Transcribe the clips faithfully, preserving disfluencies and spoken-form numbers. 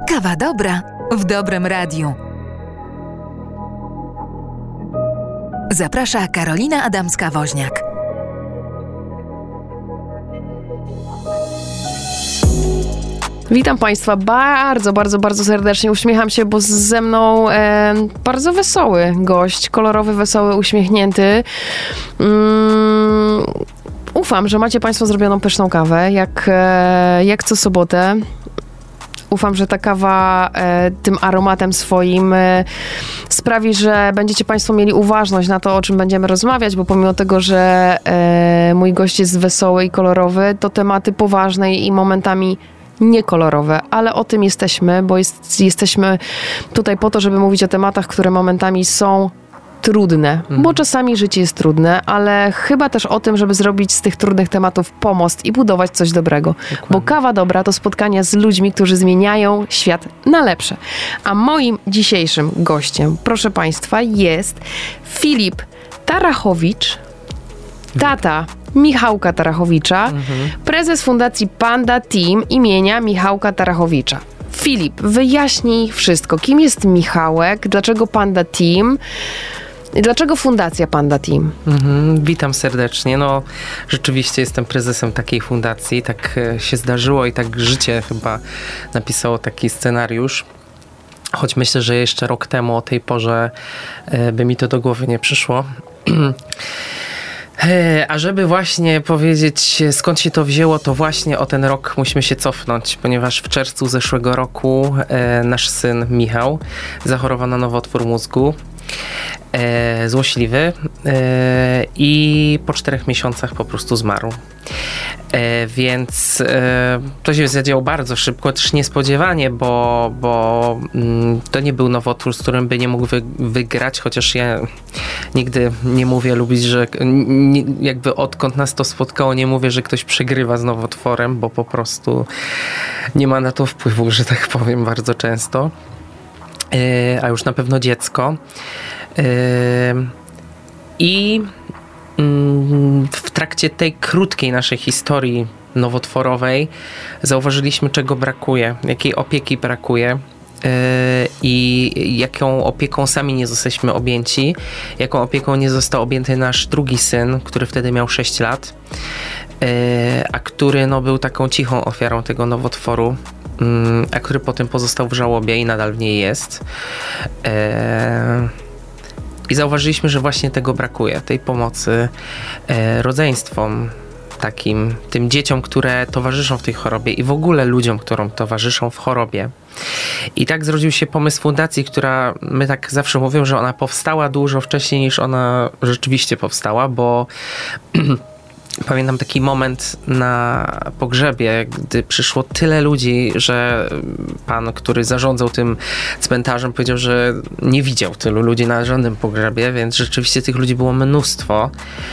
Kawa dobra w dobrym radiu. Zaprasza Karolina Adamska-Woźniak. Witam Państwa bardzo, bardzo, bardzo serdecznie. Uśmiecham się, bo ze mną e, bardzo wesoły gość, kolorowy, wesoły, uśmiechnięty. Mm, ufam, że macie Państwo zrobioną pyszną kawę, jak, e, jak co sobotę. Ufam, że ta kawa e, tym aromatem swoim e, sprawi, że będziecie Państwo mieli uważność na to, o czym będziemy rozmawiać, bo pomimo tego, że e, mój gość jest wesoły i kolorowy, to tematy poważne i momentami niekolorowe, ale o tym jesteśmy, bo jest, jesteśmy tutaj po to, żeby mówić o tematach, które momentami są trudne, mhm. bo czasami życie jest trudne, ale chyba też o tym, żeby zrobić z tych trudnych tematów pomost i budować coś dobrego. Dokładnie. Bo kawa dobra to spotkania z ludźmi, którzy zmieniają świat na lepsze. A moim dzisiejszym gościem, proszę Państwa, jest Filip Tarachowicz, tata Michałka Tarachowicza, mhm. prezes Fundacji Panda Team imienia Michałka Tarachowicza. Filip, wyjaśnij wszystko. Kim jest Michałek? Dlaczego Panda Team? I dlaczego Fundacja Panda Team? Mhm, witam serdecznie. No, rzeczywiście jestem prezesem takiej fundacji. Tak się zdarzyło i tak życie chyba napisało taki scenariusz. Choć myślę, że jeszcze rok temu o tej porze by mi to do głowy nie przyszło. A żeby właśnie powiedzieć, skąd się to wzięło, to właśnie o ten rok musimy się cofnąć, ponieważ w czerwcu zeszłego roku e, nasz syn Michał zachorował na nowotwór mózgu, e, złośliwy e, i po czterech miesiącach po prostu zmarł. E, więc e, to się zadziało bardzo szybko, też niespodziewanie, bo, bo mm, to nie był nowotwór, z którym by nie mógł wy, wygrać, chociaż ja nigdy nie mówię lubić, że n, jakby odkąd nas to spotkało, nie mówię, że ktoś przegrywa z nowotworem, bo po prostu nie ma na to wpływu, że tak powiem, bardzo często. E, a już na pewno dziecko. E, I w trakcie tej krótkiej naszej historii nowotworowej zauważyliśmy, czego brakuje, jakiej opieki brakuje yy, i jaką opieką sami nie zostaliśmy objęci, jaką opieką nie został objęty nasz drugi syn, który wtedy miał sześć lat, yy, a który no, był taką cichą ofiarą tego nowotworu, yy, a który potem pozostał w żałobie i nadal w niej jest. Yy, I zauważyliśmy, że właśnie tego brakuje, tej pomocy e, rodzeństwom, takim, tym dzieciom, które towarzyszą w tej chorobie i w ogóle ludziom, którym towarzyszą w chorobie. I tak zrodził się pomysł fundacji, która, my tak zawsze mówimy, że ona powstała dużo wcześniej niż ona rzeczywiście powstała, bo pamiętam taki moment na pogrzebie, gdy przyszło tyle ludzi, że pan, który zarządzał tym cmentarzem, powiedział, że nie widział tylu ludzi na żadnym pogrzebie, więc rzeczywiście tych ludzi było mnóstwo.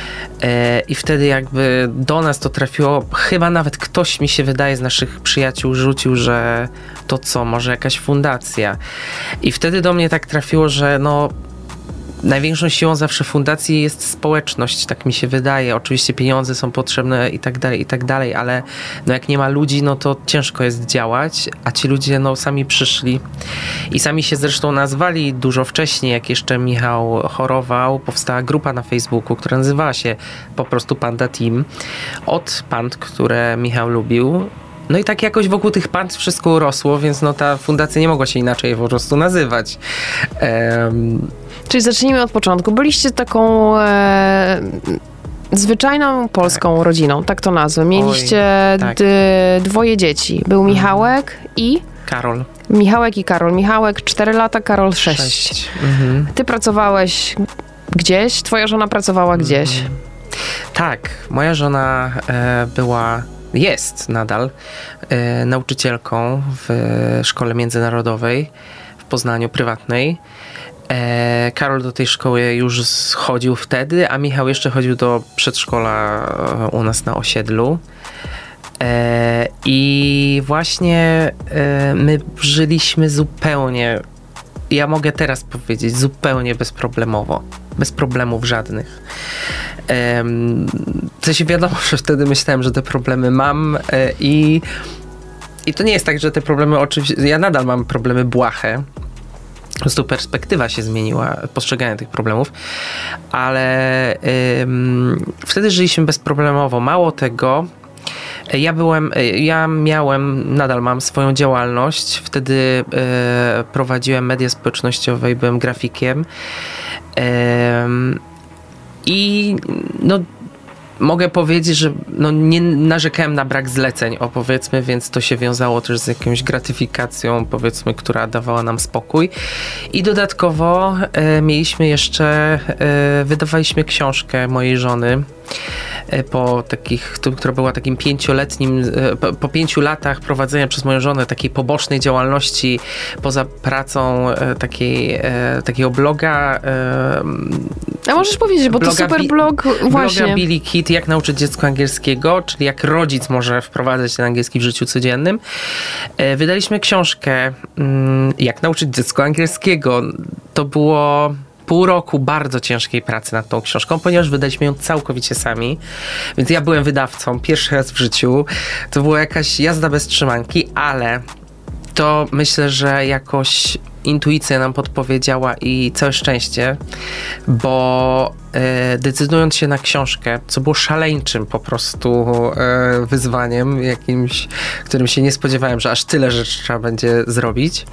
I wtedy jakby do nas to trafiło, chyba nawet ktoś, mi się wydaje, z naszych przyjaciół rzucił, że to co, może jakaś fundacja. I wtedy do mnie tak trafiło, że no największą siłą zawsze fundacji jest społeczność, tak mi się wydaje. Oczywiście pieniądze są potrzebne i tak dalej, i tak dalej, ale no jak nie ma ludzi, no to ciężko jest działać, a ci ludzie no sami przyszli i sami się zresztą nazwali dużo wcześniej, jak jeszcze Michał chorował. Powstała grupa na Facebooku, która nazywała się po prostu Panda Team, od pand, które Michał lubił. No i tak jakoś wokół tych pand wszystko urosło, więc no ta fundacja nie mogła się inaczej po prostu nazywać. Um, Czyli zacznijmy od początku. Byliście taką e, zwyczajną polską tak. rodziną, tak to nazwę. Mieliście Oj, tak. d, dwoje dzieci. Był Michałek i... Karol. Michałek i Karol. Michałek cztery lata, Karol sześć. sześć. Mhm. Ty pracowałeś gdzieś, twoja żona pracowała mhm. gdzieś. Tak, moja żona e, była... jest nadal e, nauczycielką w szkole międzynarodowej w Poznaniu, prywatnej. E, Karol do tej szkoły już chodził wtedy, a Michał jeszcze chodził do przedszkola u nas na osiedlu. E, I właśnie e, my żyliśmy zupełnie, ja mogę teraz powiedzieć, zupełnie bezproblemowo. Bez problemów żadnych. W sensie wiadomo, że wtedy myślałem, że te problemy mam i I to nie jest tak, że te problemy oczywiście... Ja nadal mam problemy błahe. Po prostu perspektywa się zmieniła, postrzeganie tych problemów, ale ym, wtedy żyliśmy bezproblemowo. Mało tego, ja byłem, ja miałem, nadal mam swoją działalność. Wtedy y, prowadziłem media społecznościowe i byłem grafikiem. Y, I no mogę powiedzieć, że no nie narzekałem na brak zleceń, o powiedzmy, więc to się wiązało też z jakąś gratyfikacją, powiedzmy, która dawała nam spokój. I dodatkowo e, mieliśmy jeszcze, e, wydawaliśmy książkę mojej żony e, po takich, to, która była takim pięcioletnim, e, po, po pięciu latach prowadzenia przez moją żonę takiej pobocznej działalności poza pracą e, takiej, e, takiego bloga. E, A możesz powiedzieć, bo to super Bi- blog właśnie. Bloga Billy Kid, jak nauczyć dziecko angielskiego, czyli jak rodzic może wprowadzać ten angielski w życiu codziennym. E, wydaliśmy książkę mm, jak nauczyć dziecko angielskiego. To było pół roku bardzo ciężkiej pracy nad tą książką, ponieważ wydaliśmy ją całkowicie sami. Więc ja byłem wydawcą pierwszy raz w życiu. To była jakaś jazda bez trzymanki, ale to myślę, że jakoś intuicja nam podpowiedziała i całe szczęście, bo e, decydując się na książkę, co było szaleńczym po prostu e, wyzwaniem, jakimś, którym się nie spodziewałem, że aż tyle rzeczy trzeba będzie zrobić,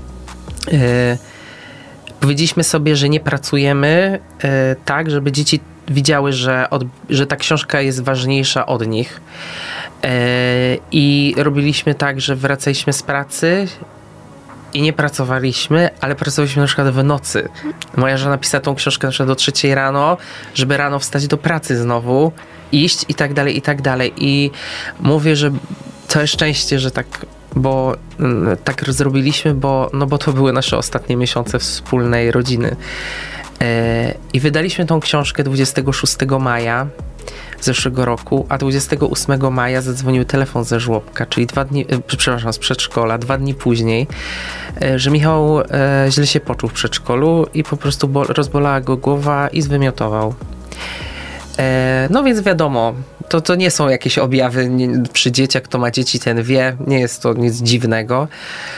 e, powiedzieliśmy sobie, że nie pracujemy e, tak, żeby dzieci widziały, że, od, że ta książka jest ważniejsza od nich. E, I robiliśmy tak, że wracaliśmy z pracy i nie pracowaliśmy, ale pracowaliśmy na przykład w nocy. Moja żona pisała tą książkę na przykład do trzeciej rano, żeby rano wstać do pracy znowu, iść i tak dalej, i tak dalej. I mówię, że całe szczęście, że tak, bo mm, tak zrobiliśmy, bo, no bo to były nasze ostatnie miesiące wspólnej rodziny. E, I wydaliśmy tą książkę dwudziestego szóstego maja zeszłego roku, a dwudziestego ósmego maja zadzwonił telefon ze żłobka, czyli dwa dni, przepraszam, z przedszkola, dwa dni później, że Michał e, źle się poczuł w przedszkolu i po prostu bo, rozbolała go głowa i zwymiotował. E, no więc wiadomo, to, to nie są jakieś objawy nie, przy dzieciach, kto ma dzieci, ten wie, nie jest to nic dziwnego.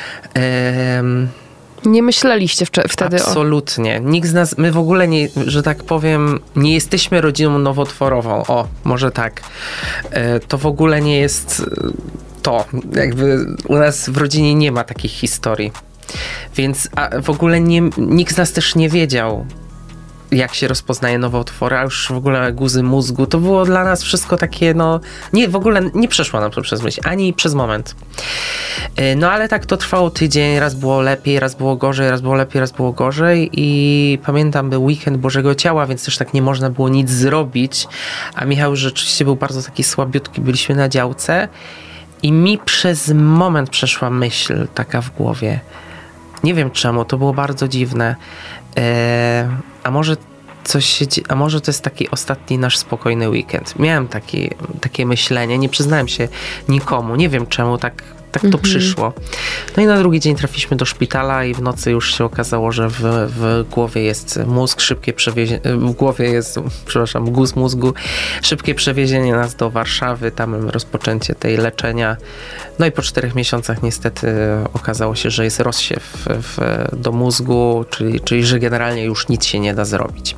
E, Nie myśleliście wcze- wtedy Absolutnie. O... Nikt z nas, my w ogóle nie, że tak powiem, nie jesteśmy rodziną nowotworową. O, może tak. E, to w ogóle nie jest to. Jakby u nas w rodzinie nie ma takich historii. Więc a w ogóle nie, nikt z nas też nie wiedział, jak się rozpoznaje nowotwory, a już w ogóle guzy mózgu. To było dla nas wszystko takie, no... Nie, w ogóle nie przeszło nam to przez myśl, ani przez moment. No ale tak to trwało tydzień, raz było lepiej, raz było gorzej, raz było lepiej, raz było gorzej i pamiętam, był weekend Bożego Ciała, więc też tak nie można było nic zrobić, a Michał rzeczywiście był bardzo taki słabiutki, byliśmy na działce i mi przez moment przeszła myśl taka w głowie. Nie wiem czemu, to było bardzo dziwne. Eee, a może coś się, a może to jest taki ostatni nasz spokojny weekend. Miałem taki, takie myślenie, nie przyznałem się nikomu, nie wiem czemu tak, tak to mhm. przyszło. No i na drugi dzień trafiliśmy do szpitala i w nocy już się okazało, że w, w głowie jest mózg, szybkie przewiezienie, w głowie jest, przepraszam, guz mózgu, szybkie przewiezienie nas do Warszawy, tam rozpoczęcie tej leczenia. No i po czterech miesiącach niestety okazało się, że jest rozsiew w, do mózgu, czyli, czyli że generalnie już nic się nie da zrobić.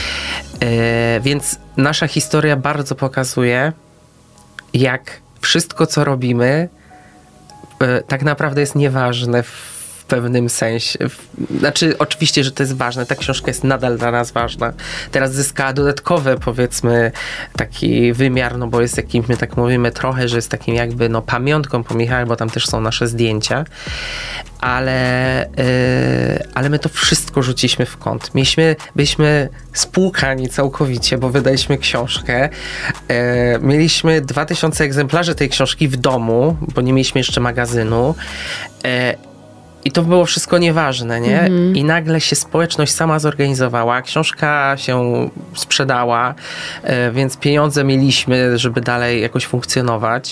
E, więc nasza historia bardzo pokazuje, jak wszystko, co robimy, e, tak naprawdę jest nieważne w w pewnym sensie. Znaczy, oczywiście, że to jest ważne. Ta książka jest nadal dla nas ważna. Teraz zyskała dodatkowy, powiedzmy, taki wymiar, no bo jest jakimś, my tak mówimy trochę, że jest takim jakby, no, pamiątką po Michale, bo tam też są nasze zdjęcia. Ale, yy, ale my to wszystko rzuciliśmy w kąt. Mieliśmy, byliśmy spłukani całkowicie, bo wydaliśmy książkę. Yy, mieliśmy dwa tysiące egzemplarzy tej książki w domu, bo nie mieliśmy jeszcze magazynu. Yy, I to było wszystko nieważne, nie? Mm-hmm. I nagle się społeczność sama zorganizowała, książka się sprzedała, yy, więc pieniądze mieliśmy, żeby dalej jakoś funkcjonować.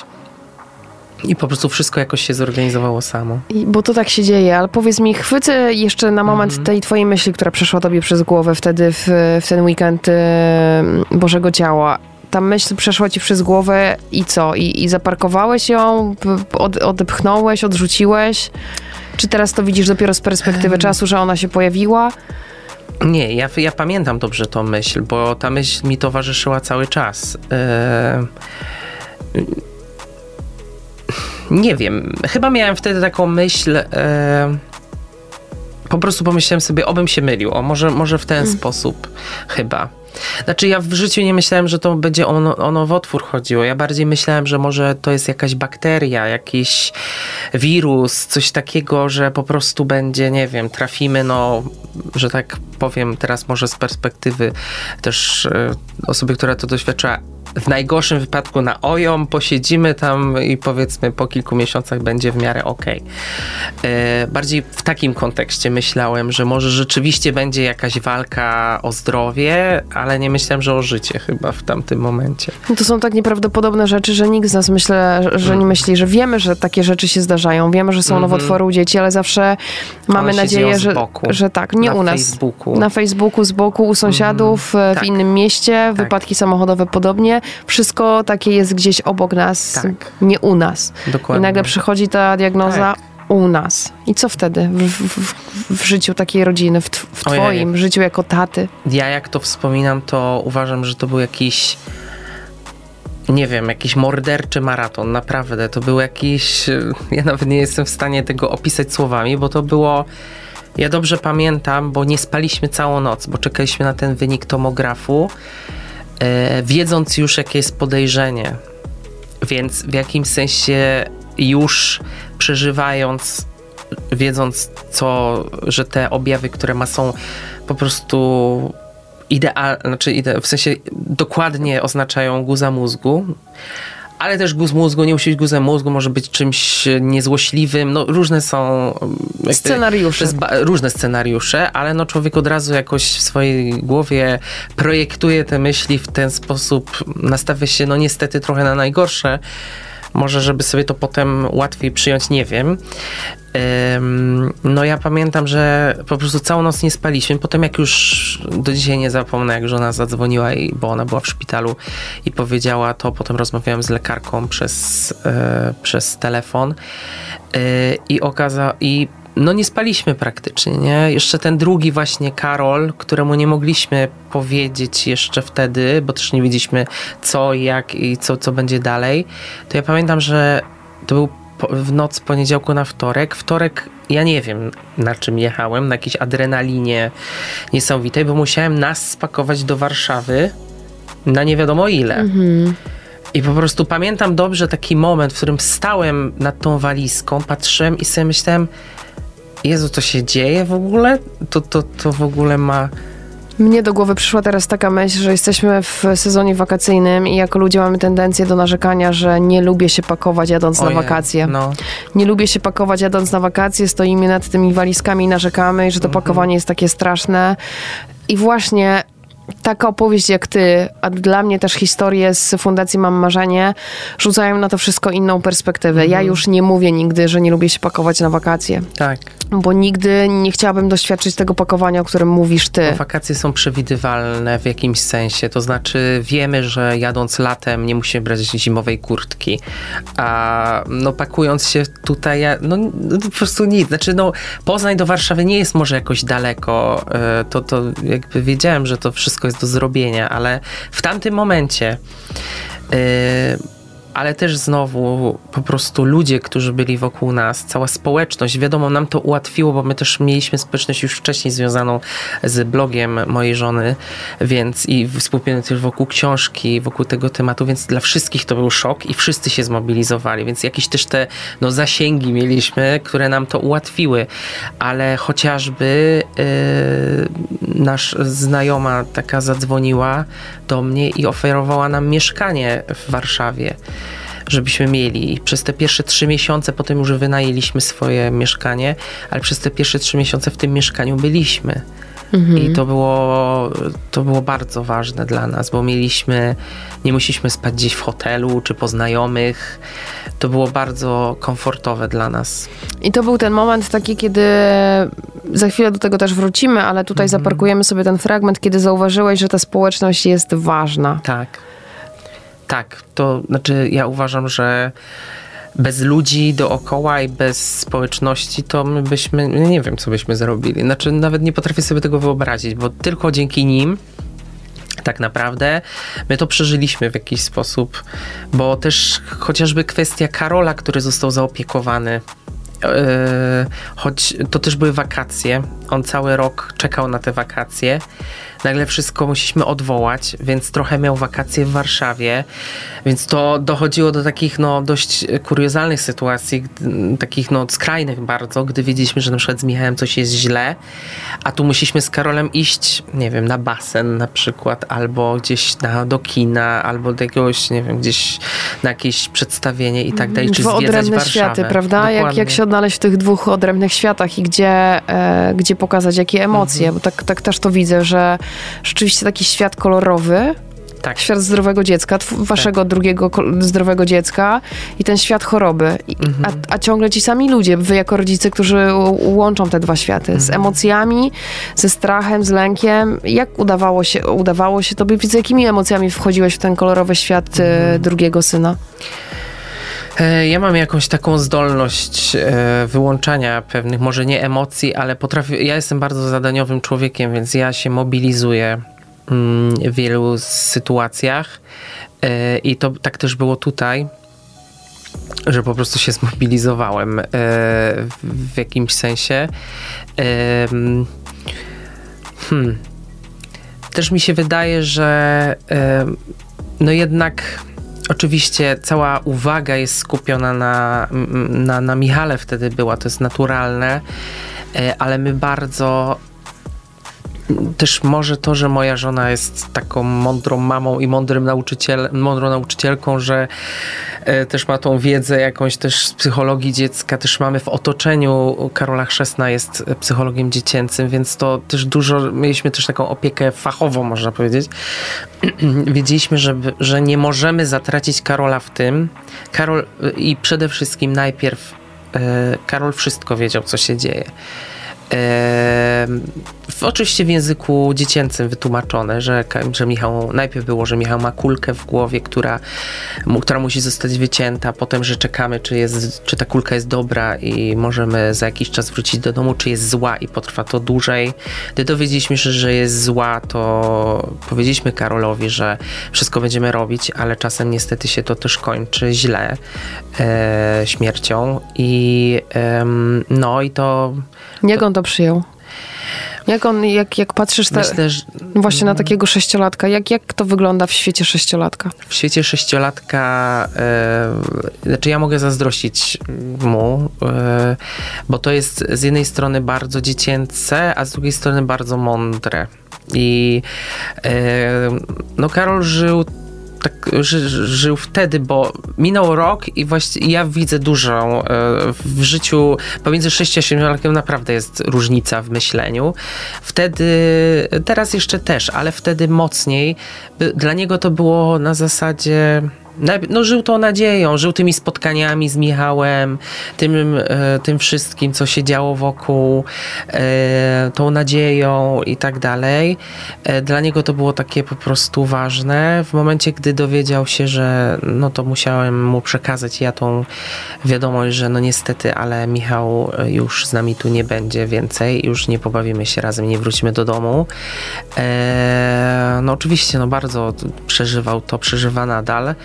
I po prostu wszystko jakoś się zorganizowało samo. I, bo to tak się dzieje, ale powiedz mi, chwycę jeszcze na moment mm-hmm. tej twojej myśli, która przeszła tobie przez głowę wtedy w, w ten weekend y, Bożego Ciała. ta myśl przeszła ci przez głowę i co? I, i zaparkowałeś ją, od, odepchnąłeś, odrzuciłeś? Czy teraz to widzisz dopiero z perspektywy czasu, że ona się pojawiła? Nie, ja, ja pamiętam dobrze tą myśl, bo ta myśl mi towarzyszyła cały czas. Yy... Nie wiem, chyba miałem wtedy taką myśl, yy... po prostu pomyślałem sobie, obym się mylił, o może, może w ten mm. sposób chyba. Znaczy ja w życiu nie myślałem, że to będzie o, o nowotwór chodziło. Ja bardziej myślałem, że może to jest jakaś bakteria, jakiś wirus, coś takiego, że po prostu będzie, nie wiem, trafimy, no, że tak powiem teraz może z perspektywy też y, osoby, która to doświadczyła, w najgorszym wypadku na ojom, posiedzimy tam i powiedzmy po kilku miesiącach będzie w miarę okej. Okay. Bardziej w takim kontekście myślałem, że może rzeczywiście będzie jakaś walka o zdrowie, ale nie myślałem, że o życie chyba w tamtym momencie. No to są tak nieprawdopodobne rzeczy, że nikt z nas myślę, że nie mm. myśli, że wiemy, że takie rzeczy się zdarzają, wiemy, że są mm-hmm. nowotwory u dzieci, ale zawsze mamy One nadzieję, że, że tak, nie na u nas. Facebooku. Na Facebooku, z boku, u sąsiadów, mm, w tak. innym mieście, tak. wypadki samochodowe podobnie. Wszystko takie jest gdzieś obok nas, tak. nie u nas. Dokładnie. I nagle przychodzi ta diagnoza tak. u nas. I co wtedy w, w, w życiu takiej rodziny, w, w twoim Ojej. życiu jako taty? Ja jak to wspominam, to uważam, że to był jakiś, nie wiem, jakiś morderczy maraton, naprawdę. To był jakiś, ja nawet nie jestem w stanie tego opisać słowami, bo to było, ja dobrze pamiętam, bo nie spaliśmy całą noc, bo czekaliśmy na ten wynik tomografu, e, wiedząc już, jakie jest podejrzenie. Więc w jakimś sensie już przeżywając, wiedząc co, że te objawy, które ma, są po prostu idealne, znaczy ide, w sensie dokładnie oznaczają guza mózgu, ale też guz mózgu, nie musi być guzem mózgu, może być czymś niezłośliwym, no różne są jakby, scenariusze. Ba- różne scenariusze, ale no człowiek od razu jakoś w swojej głowie projektuje te myśli w ten sposób, nastawia się no niestety trochę na najgorsze. Może, żeby sobie to potem łatwiej przyjąć, nie wiem. Ym, no ja pamiętam, że po prostu całą noc nie spaliśmy. Potem jak już do dzisiaj nie zapomnę, jak żona zadzwoniła, i, bo ona była w szpitalu i powiedziała to, potem rozmawiałem z lekarką przez, yy, przez telefon yy, i okazało, i no nie spaliśmy praktycznie, nie? Jeszcze ten drugi właśnie Karol, któremu nie mogliśmy powiedzieć jeszcze wtedy, bo też nie wiedzieliśmy co, jak i co, co będzie dalej, to ja pamiętam, że to był w noc poniedziałku na wtorek. Wtorek, ja nie wiem na czym jechałem, na jakiejś adrenalinie niesamowitej, bo musiałem nas spakować do Warszawy na nie wiadomo ile. Mhm. I po prostu pamiętam dobrze taki moment, w którym stałem nad tą walizką, patrzyłem i sobie myślałem, Jezu, to się dzieje w ogóle? To, to, to w ogóle ma... Mnie do głowy przyszła teraz taka myśl, że jesteśmy w sezonie wakacyjnym i jako ludzie mamy tendencję do narzekania, że nie lubię się pakować jadąc Ojej, na wakacje. No. Nie lubię się pakować jadąc na wakacje, stoimy nad tymi walizkami i narzekamy, że to mhm. pakowanie jest takie straszne. I właśnie taka opowieść jak ty, a dla mnie też historie z Fundacji Mam Marzenie, rzucają na to wszystko inną perspektywę. Mhm. Ja już nie mówię nigdy, że nie lubię się pakować na wakacje. Tak. Bo nigdy nie chciałabym doświadczyć tego pakowania, o którym mówisz ty. No, wakacje są przewidywalne w jakimś sensie. To znaczy wiemy, że jadąc latem nie musimy brać zimowej kurtki. A no pakując się tutaj, no, no po prostu nic. Znaczy no Poznań do Warszawy nie jest może jakoś daleko. To, to jakby wiedziałem, że to wszystko jest do zrobienia, ale w tamtym momencie yy, ale też znowu po prostu ludzie, którzy byli wokół nas, cała społeczność, wiadomo, nam to ułatwiło, bo my też mieliśmy społeczność już wcześniej związaną z blogiem mojej żony, więc i współpracujemy też wokół książki, wokół tego tematu, więc dla wszystkich to był szok i wszyscy się zmobilizowali, więc jakieś też te no, zasięgi mieliśmy, które nam to ułatwiły, ale chociażby yy, nasz znajoma taka zadzwoniła do mnie i oferowała nam mieszkanie w Warszawie, żebyśmy mieli. I przez te pierwsze trzy miesiące, potem już wynajęliśmy swoje mieszkanie, ale przez te pierwsze trzy miesiące w tym mieszkaniu byliśmy. Mhm. I to było, to było bardzo ważne dla nas, bo mieliśmy, nie musieliśmy spać gdzieś w hotelu czy po znajomych. To było bardzo komfortowe dla nas. I to był ten moment taki, kiedy za chwilę do tego też wrócimy, ale tutaj mhm. zaparkujemy sobie ten fragment, kiedy zauważyłeś, że ta społeczność jest ważna. Tak. Tak, to znaczy ja uważam, że bez ludzi dookoła i bez społeczności to my byśmy, nie wiem, co byśmy zrobili. Znaczy nawet nie potrafię sobie tego wyobrazić, bo tylko dzięki nim tak naprawdę my to przeżyliśmy w jakiś sposób, bo też chociażby kwestia Karola, który został zaopiekowany, yy, choć to też były wakacje, on cały rok czekał na te wakacje, nagle wszystko musieliśmy odwołać, więc trochę miał wakacje w Warszawie, więc to dochodziło do takich no dość kuriozalnych sytuacji, takich no skrajnych bardzo, gdy wiedzieliśmy, że na przykład z Michałem coś jest źle, a tu musieliśmy z Karolem iść, nie wiem, na basen na przykład, albo gdzieś na, do kina, albo do jakiegoś, nie wiem, gdzieś na jakieś przedstawienie i tak dalej, czy Dwa zwiedzać odrębne Warszawę. światy, prawda? Jak, jak się odnaleźć w tych dwóch odrębnych światach i gdzie, e, gdzie pokazać jakie emocje, Mhm. bo tak, tak też to widzę, że rzeczywiście taki świat kolorowy, Tak. świat zdrowego dziecka, tw- waszego tak. drugiego kol- zdrowego dziecka i ten świat choroby. I, Mhm. a, a ciągle ci sami ludzie, wy jako rodzice, którzy u- łączą te dwa światy Mhm. z emocjami, ze strachem, z lękiem. Jak udawało się, udawało się tobie? Z jakimi emocjami wchodziłeś w ten kolorowy świat mhm. e, drugiego syna? Ja mam jakąś taką zdolność e, wyłączania pewnych, może nie emocji, ale potrafię, ja jestem bardzo zadaniowym człowiekiem, więc ja się mobilizuję mm, w wielu sytuacjach e, i to tak też było tutaj, że po prostu się zmobilizowałem e, w, w jakimś sensie. E, hmm. Też mi się wydaje, że e, no jednak oczywiście cała uwaga jest skupiona na, na, na Michale wtedy była, to jest naturalne, ale my bardzo też może to, że moja żona jest taką mądrą mamą i mądrym nauczyciel, mądrą nauczycielką, że e, też ma tą wiedzę jakąś też z psychologii dziecka, też mamy w otoczeniu, Karola Chrzestna jest psychologiem dziecięcym, więc to też dużo, mieliśmy też taką opiekę fachową, można powiedzieć. Wiedzieliśmy, że, że nie możemy zatracić Karola w tym. Karol i przede wszystkim najpierw e, Karol wszystko wiedział, co się dzieje. W, oczywiście w języku dziecięcym wytłumaczone, że, że Michał, najpierw było, że Michał ma kulkę w głowie, która, która musi zostać wycięta, potem, że czekamy, czy, jest, czy ta kulka jest dobra i możemy za jakiś czas wrócić do domu, czy jest zła i potrwa to dłużej. Gdy dowiedzieliśmy się, że jest zła, to powiedzieliśmy Karolowi, że wszystko będziemy robić, ale czasem niestety się to też kończy źle, e, śmiercią i e, no i to... Jak on to przyjął? Jak on, jak, jak patrzysz te, Myślę, że, właśnie na takiego sześciolatka, jak, jak to wygląda w świecie sześciolatka? W świecie sześciolatka, e, znaczy ja mogę zazdrościć mu, e, bo to jest z jednej strony bardzo dziecięce, a z drugiej strony bardzo mądre. I e, no Karol żył tak ży, żył wtedy, bo minął rok i właśnie ja widzę dużą e, w życiu, pomiędzy sześciu a siedmiolatkiem naprawdę jest różnica w myśleniu. Wtedy, teraz jeszcze też, ale wtedy mocniej. Dla niego to było na zasadzie, no żył tą nadzieją, żył tymi spotkaniami z Michałem, tym, e, tym wszystkim, co się działo wokół, e, tą nadzieją i tak dalej. E, dla niego to było takie po prostu ważne. W momencie, gdy dowiedział się, że no to musiałem mu przekazać ja tą wiadomość, że no niestety, ale Michał już z nami tu nie będzie więcej, już nie pobawimy się razem, nie wrócimy do domu. E, no oczywiście, no bardzo przeżywał to, przeżywa nadal.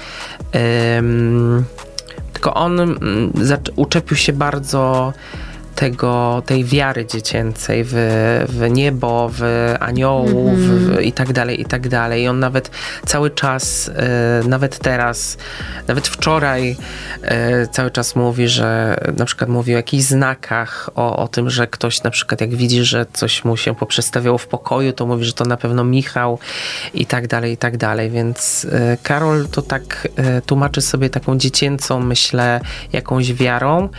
Um, tylko on um, zac- uczepił się bardzo tego, tej wiary dziecięcej w, w niebo, w aniołów mm-hmm. w, i tak dalej, i tak dalej. I on nawet cały czas, e, nawet teraz, nawet wczoraj e, cały czas mówi, że na przykład mówi o jakichś znakach, o, o tym, że ktoś na przykład jak widzi, że coś mu się poprzestawiało w pokoju, to mówi, że to na pewno Michał i tak dalej, i tak dalej. Więc e, Karol to tak e, tłumaczy sobie taką dziecięcą, myślę, jakąś wiarą,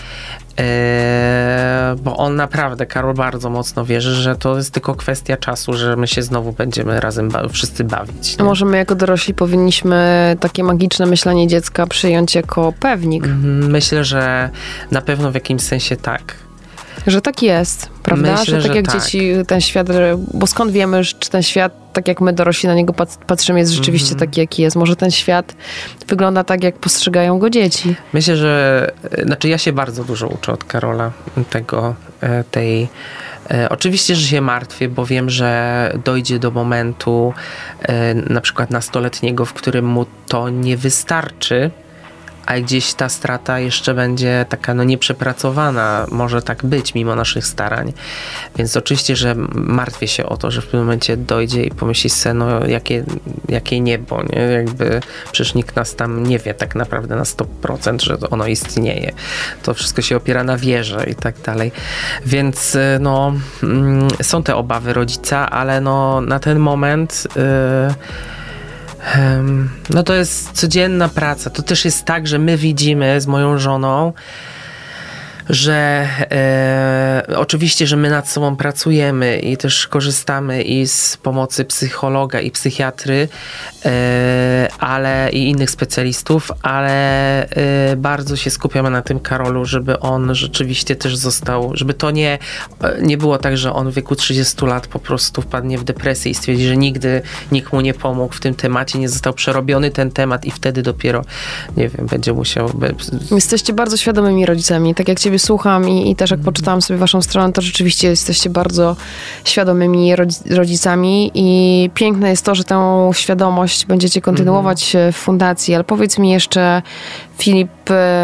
Eee, bo on naprawdę, Karol bardzo mocno wierzy, że to jest tylko kwestia czasu, że my się znowu będziemy razem ba- wszyscy bawić. Nie? Może my jako dorośli powinniśmy takie magiczne myślenie dziecka przyjąć jako pewnik. Myślę, że na pewno w jakimś sensie tak. Że tak jest, prawda? Myślę, że tak że jak tak. dzieci ten świat, bo skąd wiemy, czy ten świat, tak jak my dorośli na niego pat- patrzymy, jest rzeczywiście Mhm. taki, jaki jest. Może ten świat wygląda tak, jak postrzegają go dzieci. Myślę, że znaczy ja się bardzo dużo uczę od Karola tego, e, tej e, oczywiście, że się martwię, bo wiem, że dojdzie do momentu e, na przykład nastoletniego, w którym mu to nie wystarczy, a gdzieś ta strata jeszcze będzie taka no nieprzepracowana, może tak być mimo naszych starań. Więc oczywiście, że martwię się o to, że w pewnym momencie dojdzie i pomyśli sobie, no jakie, jakie niebo, nie? Jakby przecież nikt nas tam nie wie tak naprawdę na sto procent, że ono istnieje. To wszystko się opiera na wierze i tak dalej. Więc no mm, są te obawy rodzica, ale no na ten moment yy, no to jest codzienna praca. To też jest tak, że my widzimy z moją żoną, że e, oczywiście, że my nad sobą pracujemy i też korzystamy i z pomocy psychologa i psychiatry, e, ale i innych specjalistów, ale e, bardzo się skupiamy na tym Karolu, żeby on rzeczywiście też został, żeby to nie, nie było tak, że on w wieku trzydziestu lat po prostu wpadnie w depresję i stwierdzi, że nigdy nikt mu nie pomógł w tym temacie, nie został przerobiony ten temat i wtedy dopiero, nie wiem, będzie musiał... By... Jesteście bardzo świadomymi rodzicami. Tak jak ciebie słucham i, i też jak poczytałam sobie waszą stronę, to rzeczywiście jesteście bardzo świadomymi rodzi- rodzicami i piękne jest to, że tę świadomość będziecie kontynuować w fundacji. Ale powiedz mi jeszcze, Filip,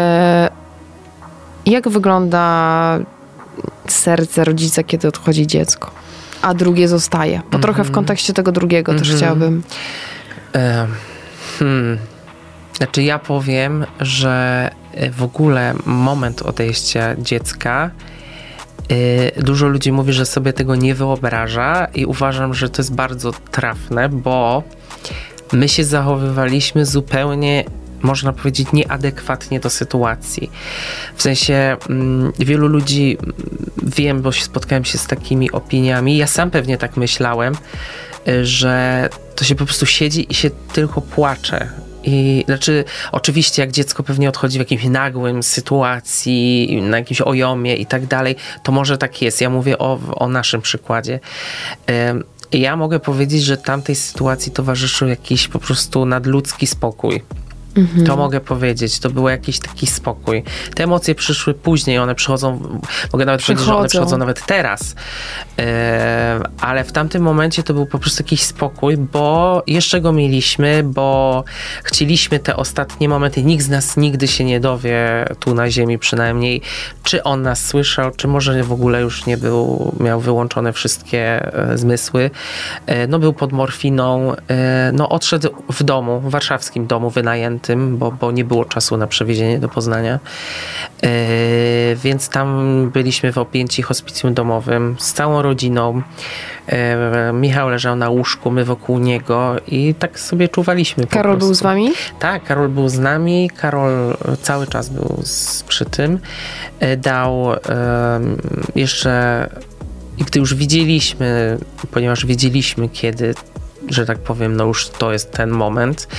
jak wygląda serce rodzica, kiedy odchodzi dziecko, a drugie zostaje? Bo mm-hmm. trochę w kontekście tego drugiego mm-hmm. też chciałabym. Um, hmm. Znaczy ja powiem, że w ogóle moment odejścia dziecka, yy, dużo ludzi mówi, że sobie tego nie wyobraża i uważam, że to jest bardzo trafne, bo my się zachowywaliśmy zupełnie, można powiedzieć, nieadekwatnie do sytuacji. W sensie mm, wielu ludzi, wiem, bo się spotkałem się z takimi opiniami, ja sam pewnie tak myślałem, yy, że to się po prostu siedzi i się tylko płacze. I znaczy, oczywiście, jak dziecko pewnie odchodzi w jakimś nagłym sytuacji, na jakimś ojomie i tak dalej, to może tak jest. Ja mówię o, o naszym przykładzie. Ja mogę powiedzieć, że tamtej sytuacji towarzyszył jakiś po prostu nadludzki spokój. Mhm. To mogę powiedzieć. To był jakiś taki spokój. Te emocje przyszły później, one przychodzą, mogę nawet przychodzą. powiedzieć, że one przychodzą nawet teraz. E, ale w tamtym momencie to był po prostu jakiś spokój, bo jeszcze go mieliśmy, bo chcieliśmy te ostatnie momenty. Nikt z nas nigdy się nie dowie, tu na ziemi przynajmniej, czy on nas słyszał, czy może w ogóle już nie był, miał wyłączone wszystkie e, zmysły. E, no był pod morfiną. E, no odszedł w domu, w warszawskim domu wynajętym, Bo, bo nie było czasu na przewiezienie do Poznania. Yy, więc tam byliśmy w objęci hospicjum domowym z całą rodziną. Yy, Michał leżał na łóżku, my wokół niego i tak sobie czuwaliśmy. Karol po był z wami? Tak, Karol był z nami. Karol cały czas był z, przy tym. Yy, dał yy, jeszcze, i gdy już widzieliśmy, ponieważ wiedzieliśmy kiedy, że tak powiem, no już to jest ten moment,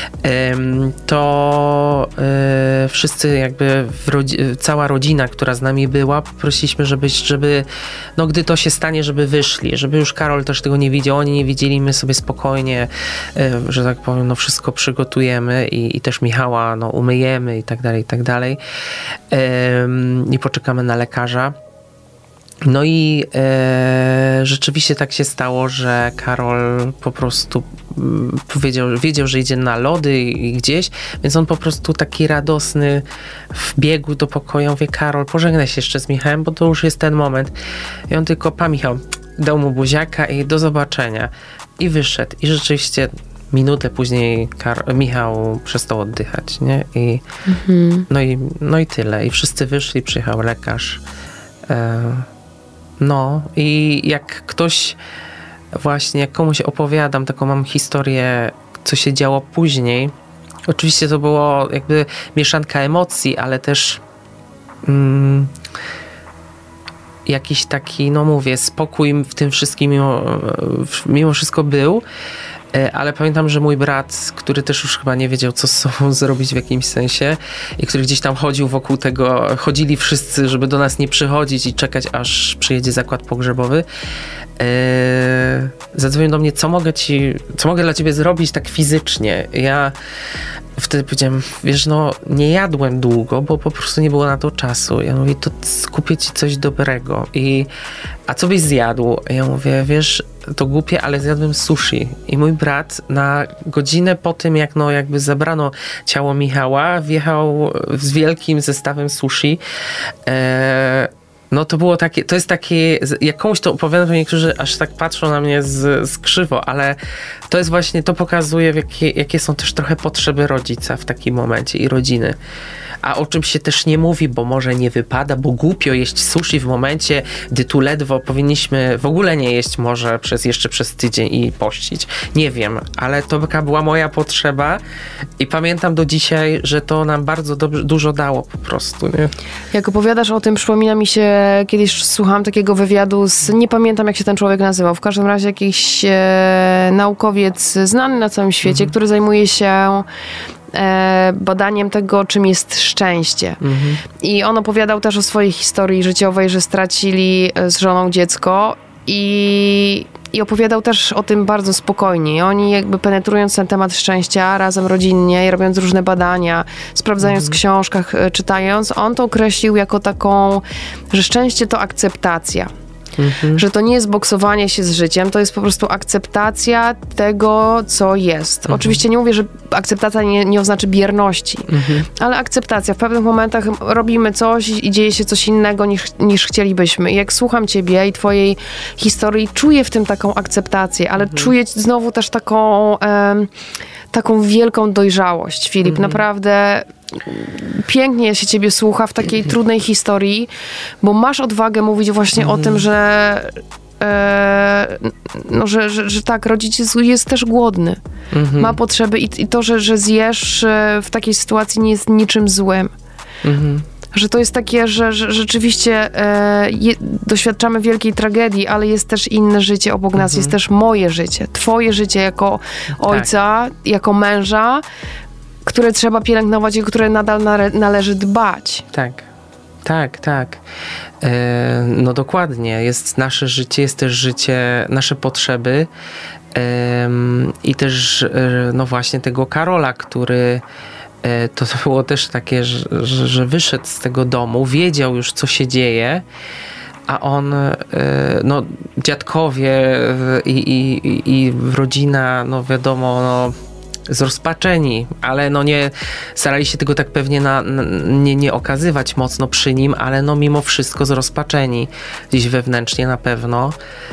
to wszyscy jakby, w rodzi- cała rodzina, która z nami była, prosiliśmy, żeby, żeby, no gdy to się stanie, żeby wyszli, żeby już Karol też tego nie widział, oni nie widzieli, my sobie spokojnie, że tak powiem, no wszystko przygotujemy i, i też Michała, no umyjemy i tak dalej, i tak dalej. I poczekamy na lekarza. No i e, rzeczywiście tak się stało, że Karol po prostu m, powiedział, wiedział, że idzie na lody i, i gdzieś, więc on po prostu taki radosny wbiegł do pokoju. Mówię, Karol, pożegnaj się jeszcze z Michałem, bo to już jest ten moment. I on tylko, pa Michał, dał mu buziaka i do zobaczenia. I wyszedł. I rzeczywiście minutę później Kar- Michał przestał oddychać, nie? I, mhm. no, i, no i tyle. I wszyscy wyszli, przyjechał lekarz. E, No i jak ktoś właśnie, jak komuś opowiadam, taką mam historię, co się działo później. Oczywiście to było jakby mieszanka emocji, ale też mm, jakiś taki, no mówię, spokój w tym wszystkim mimo, mimo wszystko był. ale pamiętam, że mój brat, który też już chyba nie wiedział, co z sobą zrobić w jakimś sensie i który gdzieś tam chodził wokół tego, chodzili wszyscy, żeby do nas nie przychodzić i czekać, aż przyjedzie zakład pogrzebowy, Yy, zadzwonił do mnie, co mogę ci, co mogę dla ciebie zrobić tak fizycznie. Ja wtedy powiedziałem, wiesz, no nie jadłem długo, bo po prostu nie było na to czasu. Ja mówię, to skupię ci coś dobrego. I a co byś zjadł? Ja mówię, wiesz, to głupie, ale zjadłem sushi. I mój brat na godzinę po tym, jak no jakby zabrano ciało Michała, wjechał z wielkim zestawem sushi. Yy, No to było takie, to jest takie, jak komuś to opowiadam, to niektórzy aż tak patrzą na mnie z, z krzywo, ale to jest właśnie, to pokazuje, jakie, jakie są też trochę potrzeby rodzica w takim momencie i rodziny. A o czym się też nie mówi, bo może nie wypada, bo głupio jeść sushi w momencie, gdy tu ledwo powinniśmy w ogóle nie jeść może przez, jeszcze przez tydzień i pościć. Nie wiem, ale to taka była moja potrzeba i pamiętam do dzisiaj, że to nam bardzo dobrze, dużo dało po prostu, nie? Jak opowiadasz o tym, przypomina mi się, kiedyś słuchałam takiego wywiadu z, nie pamiętam jak się ten człowiek nazywał, w każdym razie jakiś e, naukowiec znany na całym świecie, mhm. który zajmuje się e, badaniem tego, czym jest szczęście. Mhm. I on opowiadał też o swojej historii życiowej, że stracili z żoną dziecko i I opowiadał też o tym bardzo spokojnie. I oni jakby penetrując ten temat szczęścia razem rodzinnie i robiąc różne badania, sprawdzając w książkach, czytając, on to określił jako taką, że szczęście to akceptacja. Mhm. Że to nie jest boksowanie się z życiem, to jest po prostu akceptacja tego, co jest. Mhm. Oczywiście nie mówię, że akceptacja nie, nie oznacza bierności, mhm. ale akceptacja. W pewnych momentach robimy coś i dzieje się coś innego niż, niż chcielibyśmy. I jak słucham ciebie i twojej historii, czuję w tym taką akceptację, ale mhm. czuję znowu też taką, um, taką wielką dojrzałość, Filip. Mhm. Naprawdę pięknie się ciebie słucha w takiej trudnej historii, bo masz odwagę mówić właśnie mm. o tym, że, e, no, że, że, że tak, rodzic jest, jest też głodny. Mm-hmm. Ma potrzeby i, i to, że, że zjesz w takiej sytuacji nie jest niczym złym. Mm-hmm. Że to jest takie, że, że rzeczywiście e, je, doświadczamy wielkiej tragedii, ale jest też inne życie obok nas. Mm-hmm. Jest też moje życie, twoje życie jako ojca, tak. jako męża, które trzeba pielęgnować i które nadal nale- należy dbać. Tak, tak, tak. E, no dokładnie. Jest nasze życie, jest też życie, nasze potrzeby e, i też e, no właśnie tego Karola, który e, to było też takie, że, że, że wyszedł z tego domu, wiedział już, co się dzieje, a on, no dziadkowie i, i, i rodzina, no wiadomo, no zrozpaczeni, ale no nie starali się tego tak pewnie na, na, nie, nie okazywać mocno przy nim, ale no mimo wszystko zrozpaczeni gdzieś wewnętrznie na pewno.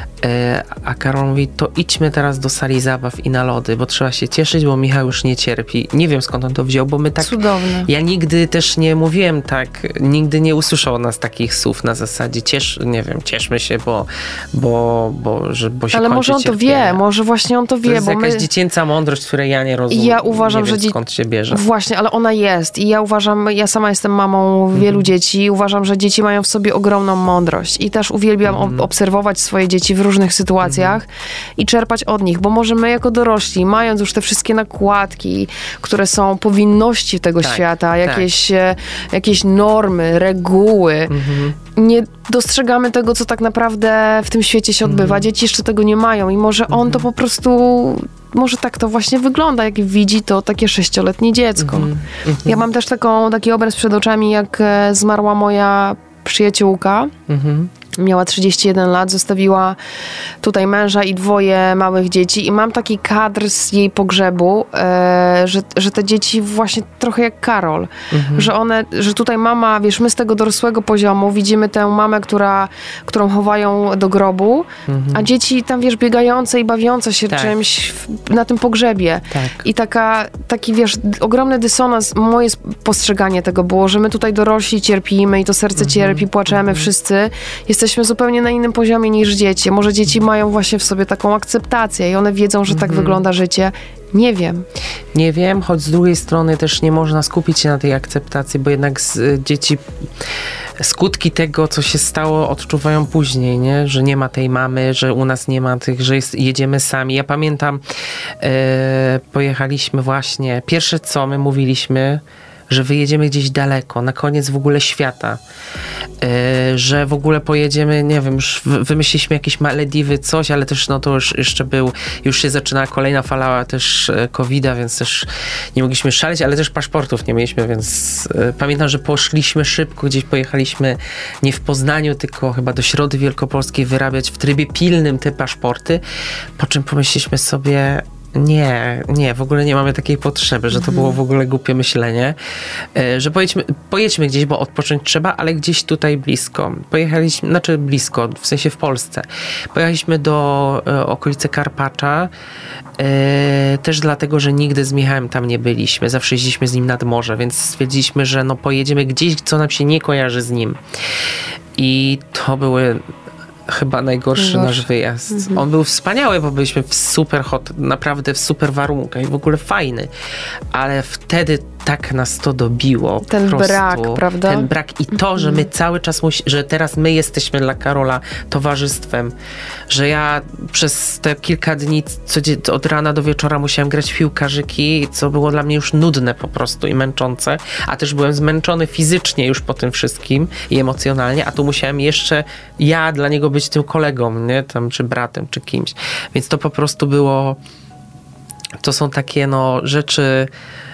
E, a Karol mówi, to idźmy teraz do sali zabaw i na lody, bo trzeba się cieszyć, bo Michał już nie cierpi. Nie wiem skąd on to wziął, bo my tak... Cudowne. Ja nigdy też nie mówiłem tak, nigdy nie usłyszał od nas takich słów na zasadzie ciesz, nie wiem, cieszmy się, bo, bo, bo, że, bo się ale kończy może on cierpienie. to wie, może właśnie on to wie, to jest bo jakaś my... dziecięca mądrość, której ja nie rozumiem. Ja uważam, nie wiem, że skąd się bierze. Właśnie, ale ona jest i ja uważam, ja sama jestem mamą wielu mm. dzieci i uważam, że dzieci mają w sobie ogromną mądrość i też uwielbiam mm. obserwować swoje dzieci w różnych sytuacjach mm. i czerpać od nich, bo może my jako dorośli, mając już te wszystkie nakładki, które są powinności tego tak, świata, jakieś, tak. jakieś normy, reguły, mm-hmm. nie dostrzegamy tego, co tak naprawdę w tym świecie się odbywa. Mm. Dzieci jeszcze tego nie mają i może on mm. to po prostu... Może tak to właśnie wygląda, jak widzi to takie sześcioletnie dziecko. Mm-hmm. Ja mam też taką, taki obraz przed oczami, jak zmarła moja przyjaciółka. Mm-hmm. Miała trzydzieści jeden lat, zostawiła tutaj męża i dwoje małych dzieci i mam taki kadr z jej pogrzebu, e, że, że te dzieci właśnie trochę jak Karol, mhm. że one, że tutaj mama, wiesz, my z tego dorosłego poziomu widzimy tę mamę, która, którą chowają do grobu, mhm. a dzieci tam, wiesz, biegające i bawiące się tak. czymś w, na tym pogrzebie. Tak. I taka, taki, wiesz, ogromny dysonans, moje postrzeganie tego było, że my tutaj dorośli cierpimy i to serce mhm. cierpi, płaczemy mhm. wszyscy. Jesteśmy zupełnie na innym poziomie niż dzieci. Może dzieci mają właśnie w sobie taką akceptację i one wiedzą, że tak mm-hmm. wygląda życie. Nie wiem. Nie wiem, choć z drugiej strony też nie można skupić się na tej akceptacji, bo jednak z, dzieci skutki tego, co się stało, odczuwają później, nie? Że nie ma tej mamy, że u nas nie ma tych, że jest, jedziemy sami. Ja pamiętam, e, pojechaliśmy właśnie, pierwsze co my mówiliśmy, że wyjedziemy gdzieś daleko, na koniec w ogóle świata, yy, że w ogóle pojedziemy, nie wiem, już wymyśliliśmy jakieś Malediwy, coś, ale też no to już jeszcze był, już się zaczynała kolejna fala też kowida, więc też nie mogliśmy szaleć, ale też paszportów nie mieliśmy, więc yy, pamiętam, że poszliśmy szybko, gdzieś pojechaliśmy nie w Poznaniu, tylko chyba do Środy Wielkopolskiej wyrabiać w trybie pilnym te paszporty, po czym pomyśleliśmy sobie, Nie, nie, w ogóle nie mamy takiej potrzeby, że to było w ogóle głupie myślenie, że pojedźmy, pojedźmy gdzieś, bo odpocząć trzeba, ale gdzieś tutaj blisko. Pojechaliśmy, znaczy blisko, w sensie w Polsce. Pojechaliśmy do e, okolicy Karpacza, e, też dlatego, że nigdy z Michałem tam nie byliśmy. Zawsze jeździliśmy z nim nad morze, więc stwierdziliśmy, że no pojedziemy gdzieś, co nam się nie kojarzy z nim. I to były chyba najgorszy Gorszy. nasz wyjazd. Mhm. On był wspaniały, bo byliśmy w super hot, naprawdę w super warunkach i w ogóle fajny. Ale wtedy tak nas to dobiło. Ten po prostu, brak, prawda? Ten brak i to, że my cały czas musi, że teraz my jesteśmy dla Karola towarzystwem, że ja przez te kilka dni codzie- od rana do wieczora musiałem grać w piłkarzyki, co było dla mnie już nudne po prostu i męczące, a też byłem zmęczony fizycznie już po tym wszystkim i emocjonalnie, a tu musiałem jeszcze ja dla niego być tym kolegą, nie? Tam, czy bratem, czy kimś. Więc to po prostu było, to są takie no rzeczy,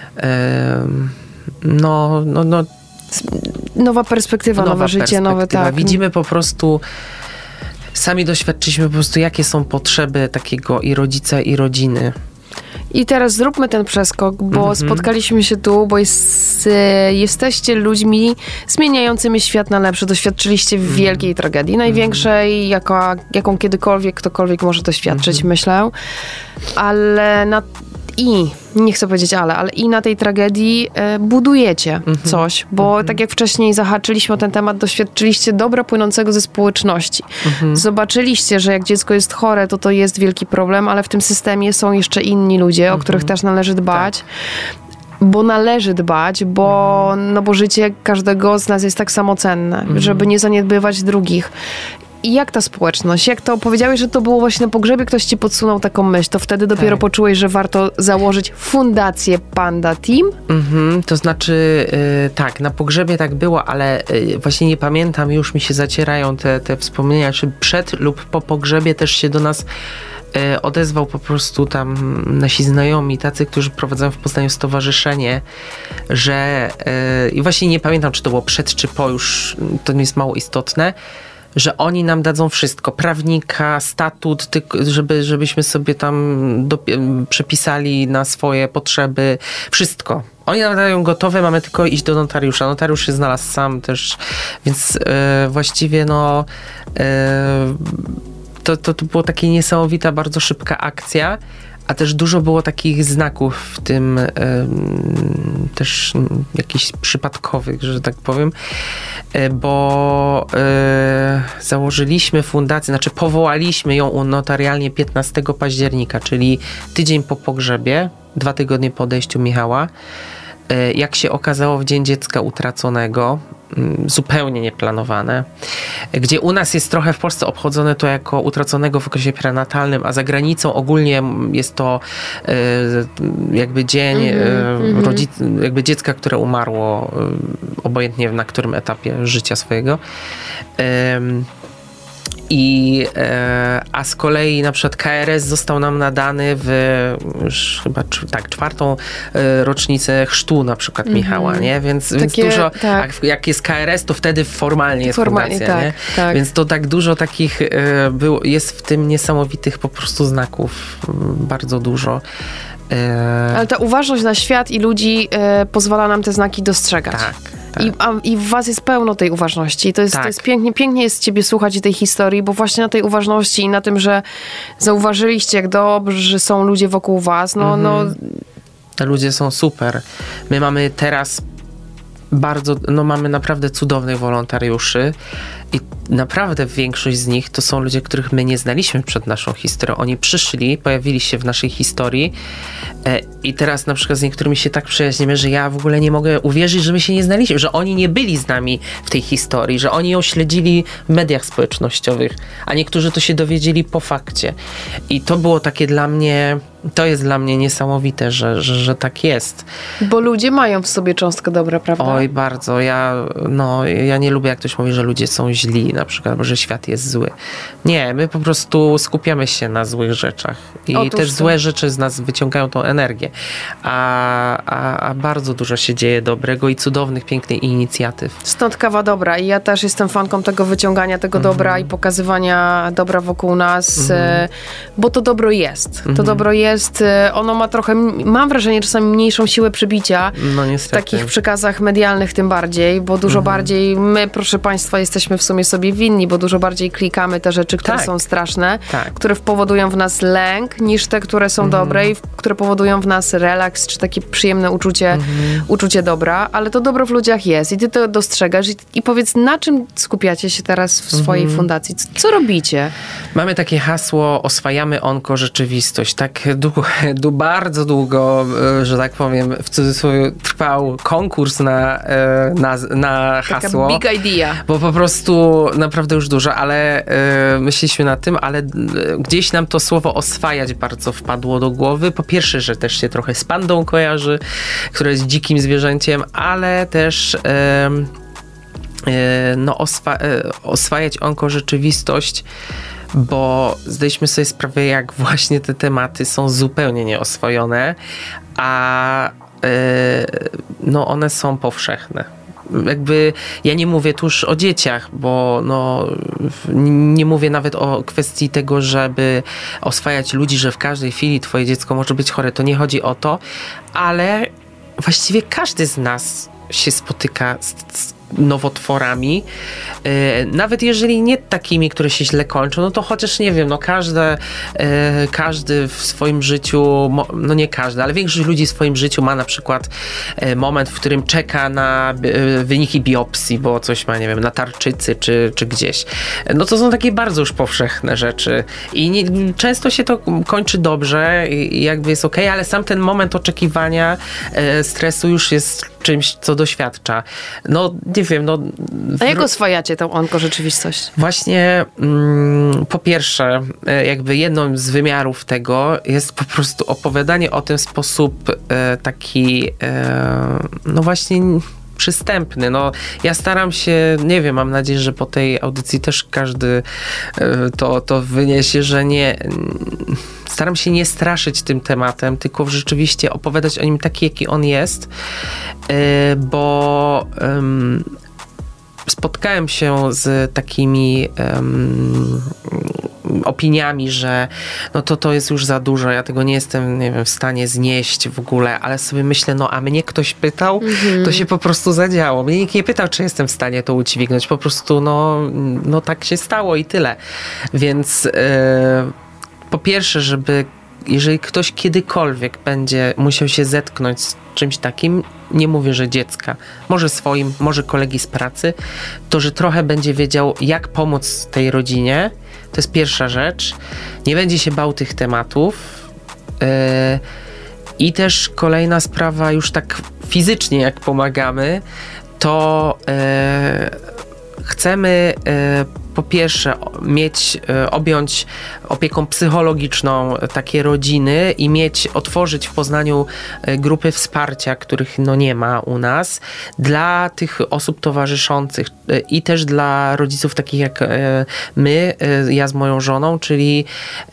No, no, no. Nowa perspektywa, nowa nowe życie, perspektywa. nowe tak. Widzimy po prostu, sami doświadczyliśmy po prostu, jakie są potrzeby takiego i rodzica, i rodziny. I teraz zróbmy ten przeskok, bo mm-hmm. spotkaliśmy się tu, bo jest, e, jesteście ludźmi zmieniającymi świat na lepsze. Doświadczyliście mm. wielkiej tragedii, największej, mm. jaka, jaką kiedykolwiek ktokolwiek może doświadczyć, mm-hmm. myślę. Ale na I, nie chcę powiedzieć ale, ale i na tej tragedii e, budujecie mm-hmm. coś, bo mm-hmm. tak jak wcześniej zahaczyliśmy o ten temat, doświadczyliście dobra płynącego ze społeczności. Mm-hmm. Zobaczyliście, że jak dziecko jest chore, to to jest wielki problem, ale w tym systemie są jeszcze inni ludzie, mm-hmm. o których też należy dbać. Tak. Bo należy dbać, bo, no bo życie każdego z nas jest tak samo cenne, mm-hmm. żeby nie zaniedbywać drugich. I jak ta społeczność? Jak to powiedziałeś, że to było właśnie na pogrzebie, ktoś ci podsunął taką myśl, to wtedy dopiero tak. poczułeś, że warto założyć fundację Panda Team? Mhm, to znaczy yy, tak, na pogrzebie tak było, ale yy, właśnie nie pamiętam, już mi się zacierają te, te wspomnienia, czy przed lub po pogrzebie też się do nas yy, odezwał po prostu tam nasi znajomi, tacy, którzy prowadzą w Poznaniu stowarzyszenie, że yy, i właśnie nie pamiętam, czy to było przed, czy po, już to jest mało istotne, że oni nam dadzą wszystko, prawnika, statut, żeby, żebyśmy sobie tam do, przepisali na swoje potrzeby, wszystko. Oni nam dają gotowe, mamy tylko iść do notariusza. Notariusz się znalazł sam też, więc e, właściwie no e, to, to, to była taka niesamowita, bardzo szybka akcja, a też dużo było takich znaków w tym y, też jakichś przypadkowych, że tak powiem, y, bo y, założyliśmy fundację, znaczy powołaliśmy ją notarialnie piętnastego października, czyli tydzień po pogrzebie, dwa tygodnie po odejściu Michała. Y, jak się okazało, w Dzień Dziecka Utraconego, zupełnie nieplanowane, gdzie u nas jest trochę w Polsce obchodzone to jako utraconego w okresie prenatalnym, a za granicą ogólnie jest to e, jakby dzień mm-hmm, e, rodzic- jakby dziecka, które umarło, e, obojętnie na którym etapie życia swojego. E, I, e, a z kolei na przykład K R S został nam nadany w już chyba tak, czwartą e, rocznicę chrztu na przykład mm-hmm. Michała, nie? Więc, Takie, więc dużo, tak. jak, jak jest K R S, to wtedy formalnie jest formalnie, fundacja, tak, nie? Tak. Więc to tak dużo takich e, było, jest w tym niesamowitych po prostu znaków, bardzo dużo. E, Ale ta uważność na świat i ludzi e, pozwala nam te znaki dostrzegać. Tak. Tak. I, a, I w was jest pełno tej uważności. I to jest, tak. to jest pięknie, pięknie jest ciebie słuchać i tej historii, bo właśnie na tej uważności i na tym, że zauważyliście, jak dobrze są ludzie wokół was, no, mm-hmm. no... Te ludzie są super. My mamy teraz bardzo, no mamy naprawdę cudownych wolontariuszy I naprawdę większość z nich to są ludzie, których my nie znaliśmy przed naszą historią. Oni przyszli, pojawili się w naszej historii e, i teraz na przykład z niektórymi się tak przyjaźnimy, że ja w ogóle nie mogę uwierzyć, że my się nie znaliśmy, że oni nie byli z nami w tej historii, że oni ją śledzili w mediach społecznościowych, a niektórzy to się dowiedzieli po fakcie. I to było takie dla mnie, to jest dla mnie niesamowite, że, że, że tak jest. Bo ludzie mają w sobie cząstkę dobra, prawda? Oj, bardzo. Ja, no, ja nie lubię, jak ktoś mówi, że ludzie są źli, na przykład, że świat jest zły. Nie, my po prostu skupiamy się na złych rzeczach. I Otóż też to. złe rzeczy z nas wyciągają tą energię. A, a, a bardzo dużo się dzieje dobrego i cudownych, pięknych inicjatyw. Stąd kawa dobra i ja też jestem fanką tego wyciągania tego mm. dobra i pokazywania dobra wokół nas, mm. bo to dobro jest. Mm. To dobro jest, ono ma trochę, mam wrażenie, czasami mniejszą siłę przebicia. No W niestety. takich przekazach medialnych tym bardziej, bo dużo Mhm. bardziej my, proszę Państwa, jesteśmy w sumie sobie winni, bo dużo bardziej klikamy te rzeczy, które Tak. są straszne, Tak. które powodują w nas lęk, niż te, które są Mhm. dobre i w- które powodują w nas relaks, czy takie przyjemne uczucie, Mhm. uczucie dobra, ale to dobro w ludziach jest i ty to dostrzegasz i, i powiedz, na czym skupiacie się teraz w swojej Mhm. fundacji? Co, co robicie? Mamy takie hasło, oswajamy onko rzeczywistość. Tak długo, du, bardzo długo, e, że tak powiem, w cudzysłowie trwał konkurs na, e, na, na hasło. Taka big idea. Bo po prostu naprawdę już dużo, ale e, myśleliśmy nad tym, ale e, gdzieś nam to słowo oswajać bardzo wpadło do głowy. Po pierwsze, że też się trochę z pandą kojarzy, która jest dzikim zwierzęciem, ale też e, e, no, oswa, e, oswajać onko rzeczywistość, bo zdaliśmy sobie sprawę, jak właśnie te tematy są zupełnie nieoswojone, a e, no one są powszechne. Jakby ja nie mówię tu już o dzieciach, bo no, nie mówię nawet o kwestii tego, żeby oswajać ludzi, że w każdej chwili twoje dziecko może być chore. To nie chodzi o to, ale właściwie każdy z nas się spotyka z, z nowotworami, yy, nawet jeżeli nie takimi, które się źle kończą, no to chociaż nie wiem, no każde, yy, każdy w swoim życiu, mo, no nie każdy, ale większość ludzi w swoim życiu ma na przykład yy, moment, w którym czeka na yy, wyniki biopsji, bo coś ma, nie wiem, na tarczycy czy, czy gdzieś. No to są takie bardzo już powszechne rzeczy i nie, często się to kończy dobrze i, i jakby jest okej, ale sam ten moment oczekiwania, yy, stresu już jest czymś, co doświadcza. No, nie wiem, no... A jak oswajacie tą onko rzeczywistość? Właśnie mm, po pierwsze, e, jakby jedną z wymiarów tego jest po prostu opowiadanie o tym w sposób e, taki, e, no właśnie przystępny. No, ja staram się, nie wiem, mam nadzieję, że po tej audycji też każdy e, to, to wyniesie, że nie... Staram się nie straszyć tym tematem, tylko rzeczywiście opowiadać o nim taki, jaki on jest, yy, bo ym, spotkałem się z takimi ym, opiniami, że no to to jest już za dużo, ja tego nie jestem, nie wiem, w stanie znieść w ogóle, ale sobie myślę, no a mnie ktoś pytał, mm-hmm. to się po prostu zadziało. Mnie nikt nie pytał, czy jestem w stanie to udźwignąć, po prostu no, no tak się stało i tyle. Więc yy, po pierwsze, żeby jeżeli ktoś kiedykolwiek będzie musiał się zetknąć z czymś takim, nie mówię, że dziecka, może swoim, może kolegi z pracy, to że trochę będzie wiedział, jak pomóc tej rodzinie. To jest pierwsza rzecz. Nie będzie się bał tych tematów. Yy, I też kolejna sprawa, już tak fizycznie jak pomagamy, to yy, chcemy yy, po pierwsze mieć, objąć opieką psychologiczną takie rodziny i mieć, otworzyć w Poznaniu grupy wsparcia, których no nie ma u nas, dla tych osób towarzyszących i też dla rodziców takich jak my, ja z moją żoną, czyli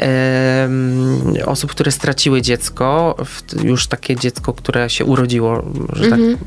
osób, które straciły dziecko, już takie dziecko, które się urodziło, że tak. Mm-hmm.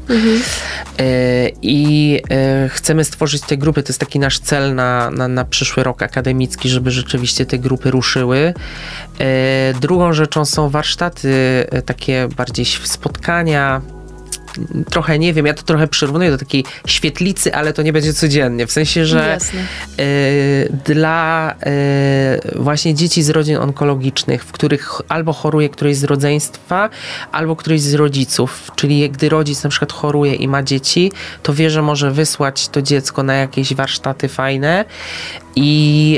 I chcemy stworzyć te grupy, to jest taki nasz cel na, na Na, na przyszły rok akademicki, żeby rzeczywiście te grupy ruszyły. E, drugą rzeczą są warsztaty, e, takie bardziej spotkania, trochę, nie wiem, ja to trochę przyrównuję do takiej świetlicy, ale to nie będzie codziennie. W sensie, że Jasne. y, dla y, właśnie dzieci z rodzin onkologicznych, w których albo choruje któreś z rodzeństwa, albo któryś z rodziców, czyli gdy rodzic na przykład choruje i ma dzieci, to wie, że może wysłać to dziecko na jakieś warsztaty fajne i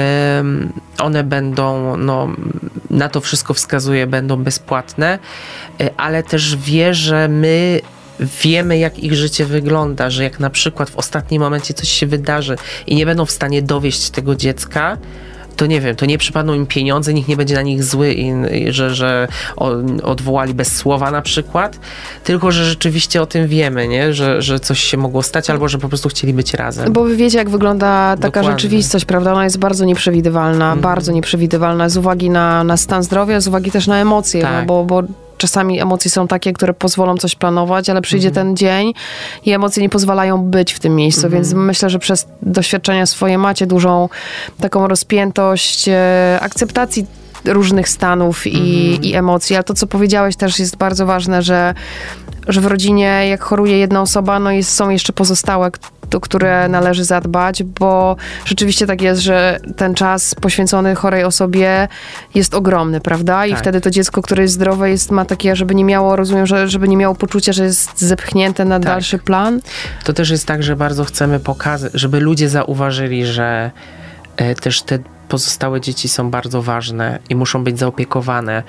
y, one będą, no, na to wszystko wskazuje, będą bezpłatne, y, ale też wie, że my wiemy, jak ich życie wygląda, że jak na przykład w ostatnim momencie coś się wydarzy i nie będą w stanie dowieść tego dziecka, to nie wiem, to nie przypadną im pieniądze, nikt nie będzie na nich zły, i, i, że, że odwołali bez słowa na przykład, tylko że rzeczywiście o tym wiemy, nie? Że, że coś się mogło stać, albo że po prostu chcieli być razem. Bo wy wiecie, jak wygląda taka Dokładnie. rzeczywistość, prawda? Ona jest bardzo nieprzewidywalna, Mhm. bardzo nieprzewidywalna z uwagi na, na stan zdrowia, z uwagi też na emocje, Tak. no, bo, bo czasami emocje są takie, które pozwolą coś planować, ale przyjdzie Mhm. ten dzień i emocje nie pozwalają być w tym miejscu, Mhm. więc myślę, że przez doświadczenia swoje macie dużą taką rozpiętość e, akceptacji różnych stanów i, Mhm. i emocji, ale to, co powiedziałeś, też jest bardzo ważne, że, że w rodzinie, jak choruje jedna osoba, no jest, są jeszcze pozostałe, o które należy zadbać, bo rzeczywiście tak jest, że ten czas poświęcony chorej osobie jest ogromny, prawda? I Tak. wtedy to dziecko, które jest zdrowe, jest, ma takie, żeby nie miało, rozumiem, że żeby nie miało poczucia, że jest zepchnięte na Tak. dalszy plan. To też jest tak, że bardzo chcemy pokazać, żeby ludzie zauważyli, że e, też te pozostałe dzieci są bardzo ważne i muszą być zaopiekowane.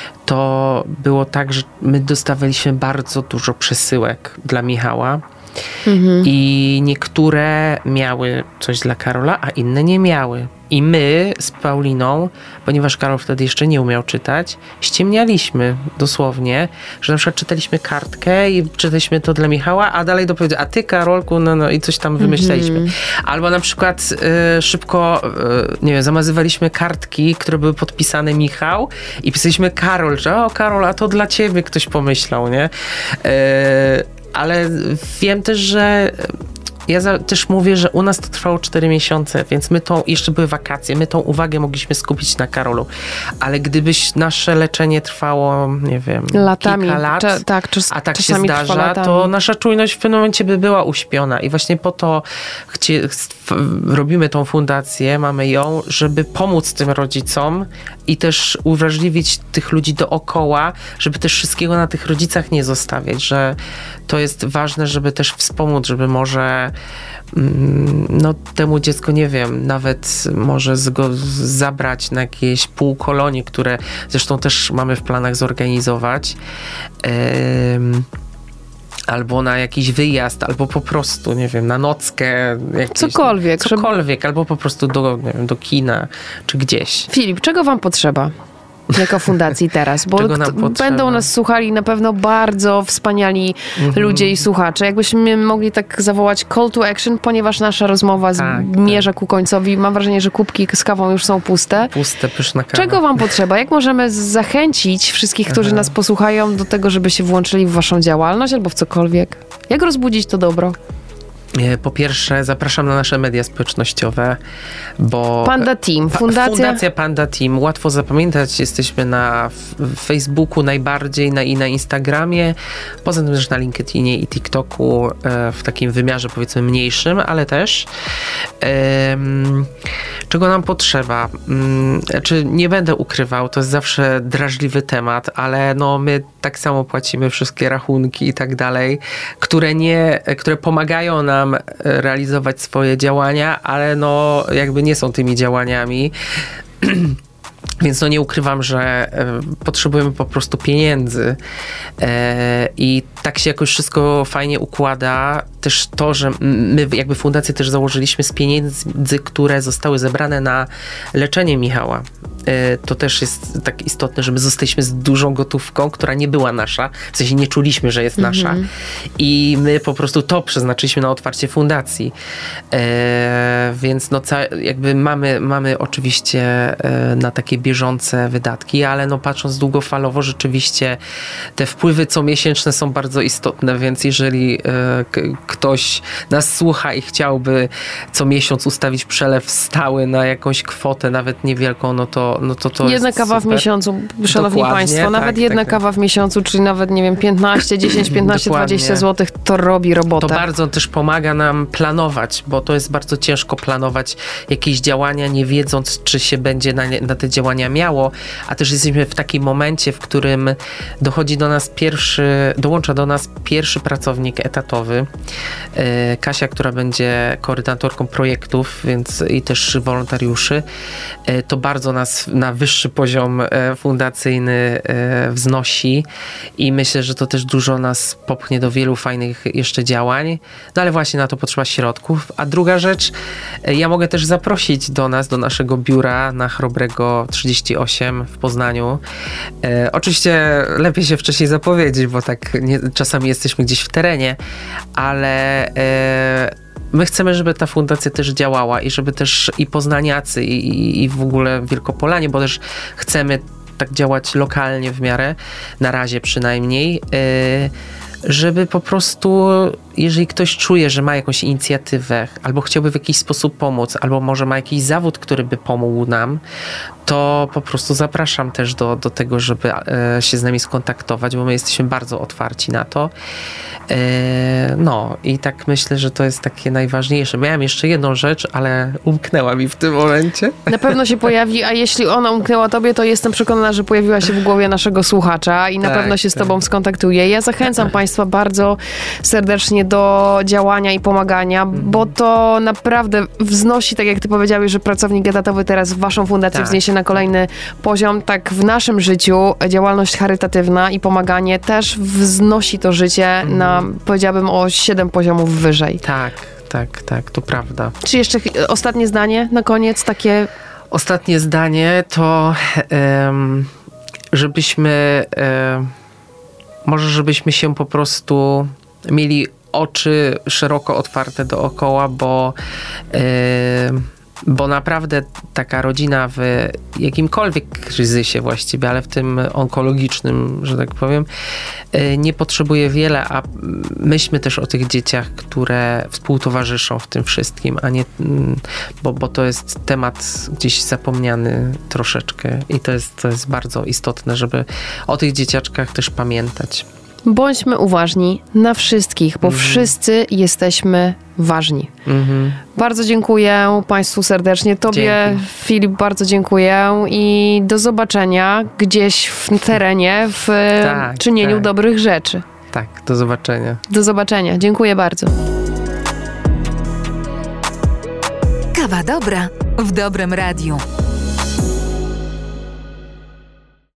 To było tak, że my dostawaliśmy bardzo dużo przesyłek dla Michała. Mhm. I niektóre miały coś dla Karola, a inne nie miały. I my z Pauliną, ponieważ Karol wtedy jeszcze nie umiał czytać, ściemnialiśmy dosłownie, że na przykład czytaliśmy kartkę i czytaliśmy to dla Michała, a dalej dopowiedział, a ty Karolku, no, no i coś tam wymyśleliśmy. Mhm. Albo na przykład y, szybko, y, nie wiem, zamazywaliśmy kartki, które były podpisane Michał i pisaliśmy Karol, że o Karol, a to dla ciebie ktoś pomyślał, nie? Y, ale wiem też, że ja za, też mówię, że u nas to trwało cztery miesiące, więc my tą, jeszcze były wakacje, my tą uwagę mogliśmy skupić na Karolu. Ale gdybyś nasze leczenie trwało, nie wiem, Latami. kilka lat, Cze- tak, czas, a tak się czasami trwa zdarza, latami. to nasza czujność w pewnym momencie by była uśpiona. I właśnie po to chcie, robimy tą fundację, mamy ją, żeby pomóc tym rodzicom i też uwrażliwić tych ludzi dookoła, żeby też wszystkiego na tych rodzicach nie zostawiać, że to jest ważne, żeby też wspomóc, żeby może no temu dziecko, nie wiem, nawet może go zabrać na jakieś półkolonie, które zresztą też mamy w planach zorganizować. Ym, albo na jakiś wyjazd, albo po prostu, nie wiem, na nockę. Jakieś, Cokolwiek. Cokolwiek, żeby... albo po prostu do, nie wiem, do kina, czy gdzieś. Filip, czego wam potrzeba? Jako fundacji teraz, bo Czego nam t- potrzeba? będą nas słuchali na pewno bardzo wspaniali Mhm. ludzie i słuchacze. Jakbyśmy mogli tak zawołać call to action, ponieważ nasza rozmowa zmierza tak. ku końcowi. Mam wrażenie, że kubki z kawą już są puste. Puste, pyszna kawa. Czego wam potrzeba? Jak możemy zachęcić wszystkich, którzy Aha. nas posłuchają, do tego, żeby się włączyli w waszą działalność albo w cokolwiek? Jak rozbudzić to dobro? Po pierwsze, zapraszam na nasze media społecznościowe, bo... Panda Team, Pa- fundacja... Fundacja Panda Team. Łatwo zapamiętać. Jesteśmy na f- Facebooku najbardziej na, i na Instagramie. Poza tym też na LinkedInie i TikToku e, w takim wymiarze powiedzmy mniejszym, ale też. Em, czego nam potrzeba? Mm, Znaczy, nie będę ukrywał, to jest zawsze drażliwy temat, ale no my tak samo płacimy wszystkie rachunki i tak dalej, które nie, które pomagają nam realizować swoje działania, ale no jakby nie są tymi działaniami. Więc no nie ukrywam, że e, potrzebujemy po prostu pieniędzy e, i tak się jakoś wszystko fajnie układa. Też to, że my jakby fundację też założyliśmy z pieniędzy, które zostały zebrane na leczenie Michała. E, to też jest tak istotne, że my zostaliśmy z dużą gotówką, która nie była nasza. W sensie nie czuliśmy, że jest nasza. Mhm. I my po prostu to przeznaczyliśmy na otwarcie fundacji. E, więc no ca- jakby mamy, mamy oczywiście e, na takie bieżące wydatki, ale no patrząc długofalowo rzeczywiście te wpływy comiesięczne są bardzo istotne, więc jeżeli e, k- ktoś nas słucha i chciałby co miesiąc ustawić przelew stały na jakąś kwotę, nawet niewielką, no to no to, to Jedna jest kawa super. w miesiącu, szanowni Dokładnie, państwo, nawet tak, jedna tak. kawa w miesiącu, czyli nawet, nie wiem, piętnaście, dziesięć, piętnaście, Dokładnie. dwadzieścia złotych, to robi robotę. To bardzo też pomaga nam planować, bo to jest bardzo ciężko planować jakieś działania, nie wiedząc, czy się będzie na, nie, na te działania miało, a też jesteśmy w takim momencie, w którym dochodzi do nas pierwszy, dołącza do nas pierwszy pracownik etatowy, e, Kasia, która będzie koordynatorką projektów, więc i też wolontariuszy. E, to bardzo nas na wyższy poziom e, fundacyjny e, wznosi i myślę, że to też dużo nas popchnie do wielu fajnych jeszcze działań, no ale właśnie na to potrzeba środków. A druga rzecz, ja mogę też zaprosić do nas, do naszego biura na Chrobrego trzydzieści osiem w Poznaniu. E, oczywiście lepiej się wcześniej zapowiedzieć, bo tak nie, czasami jesteśmy gdzieś w terenie, ale e, my chcemy, żeby ta fundacja też działała i żeby też i poznaniacy i, i, i w ogóle Wielkopolanie, bo też chcemy tak działać lokalnie w miarę, na razie przynajmniej, żeby po prostu, jeżeli ktoś czuje, że ma jakąś inicjatywę, albo chciałby w jakiś sposób pomóc, albo może ma jakiś zawód, który by pomógł nam, to po prostu zapraszam też do, do tego, żeby się z nami skontaktować, bo my jesteśmy bardzo otwarci na to. No i tak myślę, że to jest takie najważniejsze. Miałem jeszcze jedną rzecz, ale umknęła mi w tym momencie. Na pewno się pojawi, a jeśli ona umknęła tobie, to jestem przekonana, że pojawiła się w głowie naszego słuchacza i na Tak, pewno się z tak. tobą skontaktuje. Ja zachęcam państwa bardzo serdecznie do działania i pomagania, Mhm. bo to naprawdę wznosi, tak jak ty powiedziałeś, że pracownik etatowy teraz waszą fundację Tak. wzniesie na kolejny poziom. Tak w naszym życiu działalność charytatywna i pomaganie też wznosi to życie Mhm. na, powiedziałabym, o siedem poziomów wyżej. Tak, tak, tak, to prawda. Czy jeszcze ch- ostatnie zdanie na koniec, takie... Ostatnie zdanie to, em, żebyśmy, em, może żebyśmy się po prostu mieli oczy szeroko otwarte dookoła, bo, em, bo naprawdę taka rodzina w jakimkolwiek kryzysie właściwie, ale w tym onkologicznym, że tak powiem, e, nie potrzebuje wiele, a myślmy też o tych dzieciach, które współtowarzyszą w tym wszystkim, a nie, mm, bo, bo to jest temat gdzieś zapomniany troszeczkę i to jest, to jest bardzo istotne, żeby o tych dzieciaczkach też pamiętać. Bądźmy uważni na wszystkich, bo Mhm. wszyscy wszyscy jesteśmy ważni. Mhm. Bardzo dziękuję państwu serdecznie. Tobie, Dzięki. Filip, bardzo dziękuję i do zobaczenia gdzieś w terenie, w Tak, czynieniu tak. dobrych rzeczy. Tak, do zobaczenia. Do zobaczenia. Dziękuję bardzo. Kawa dobra w dobrym radiu.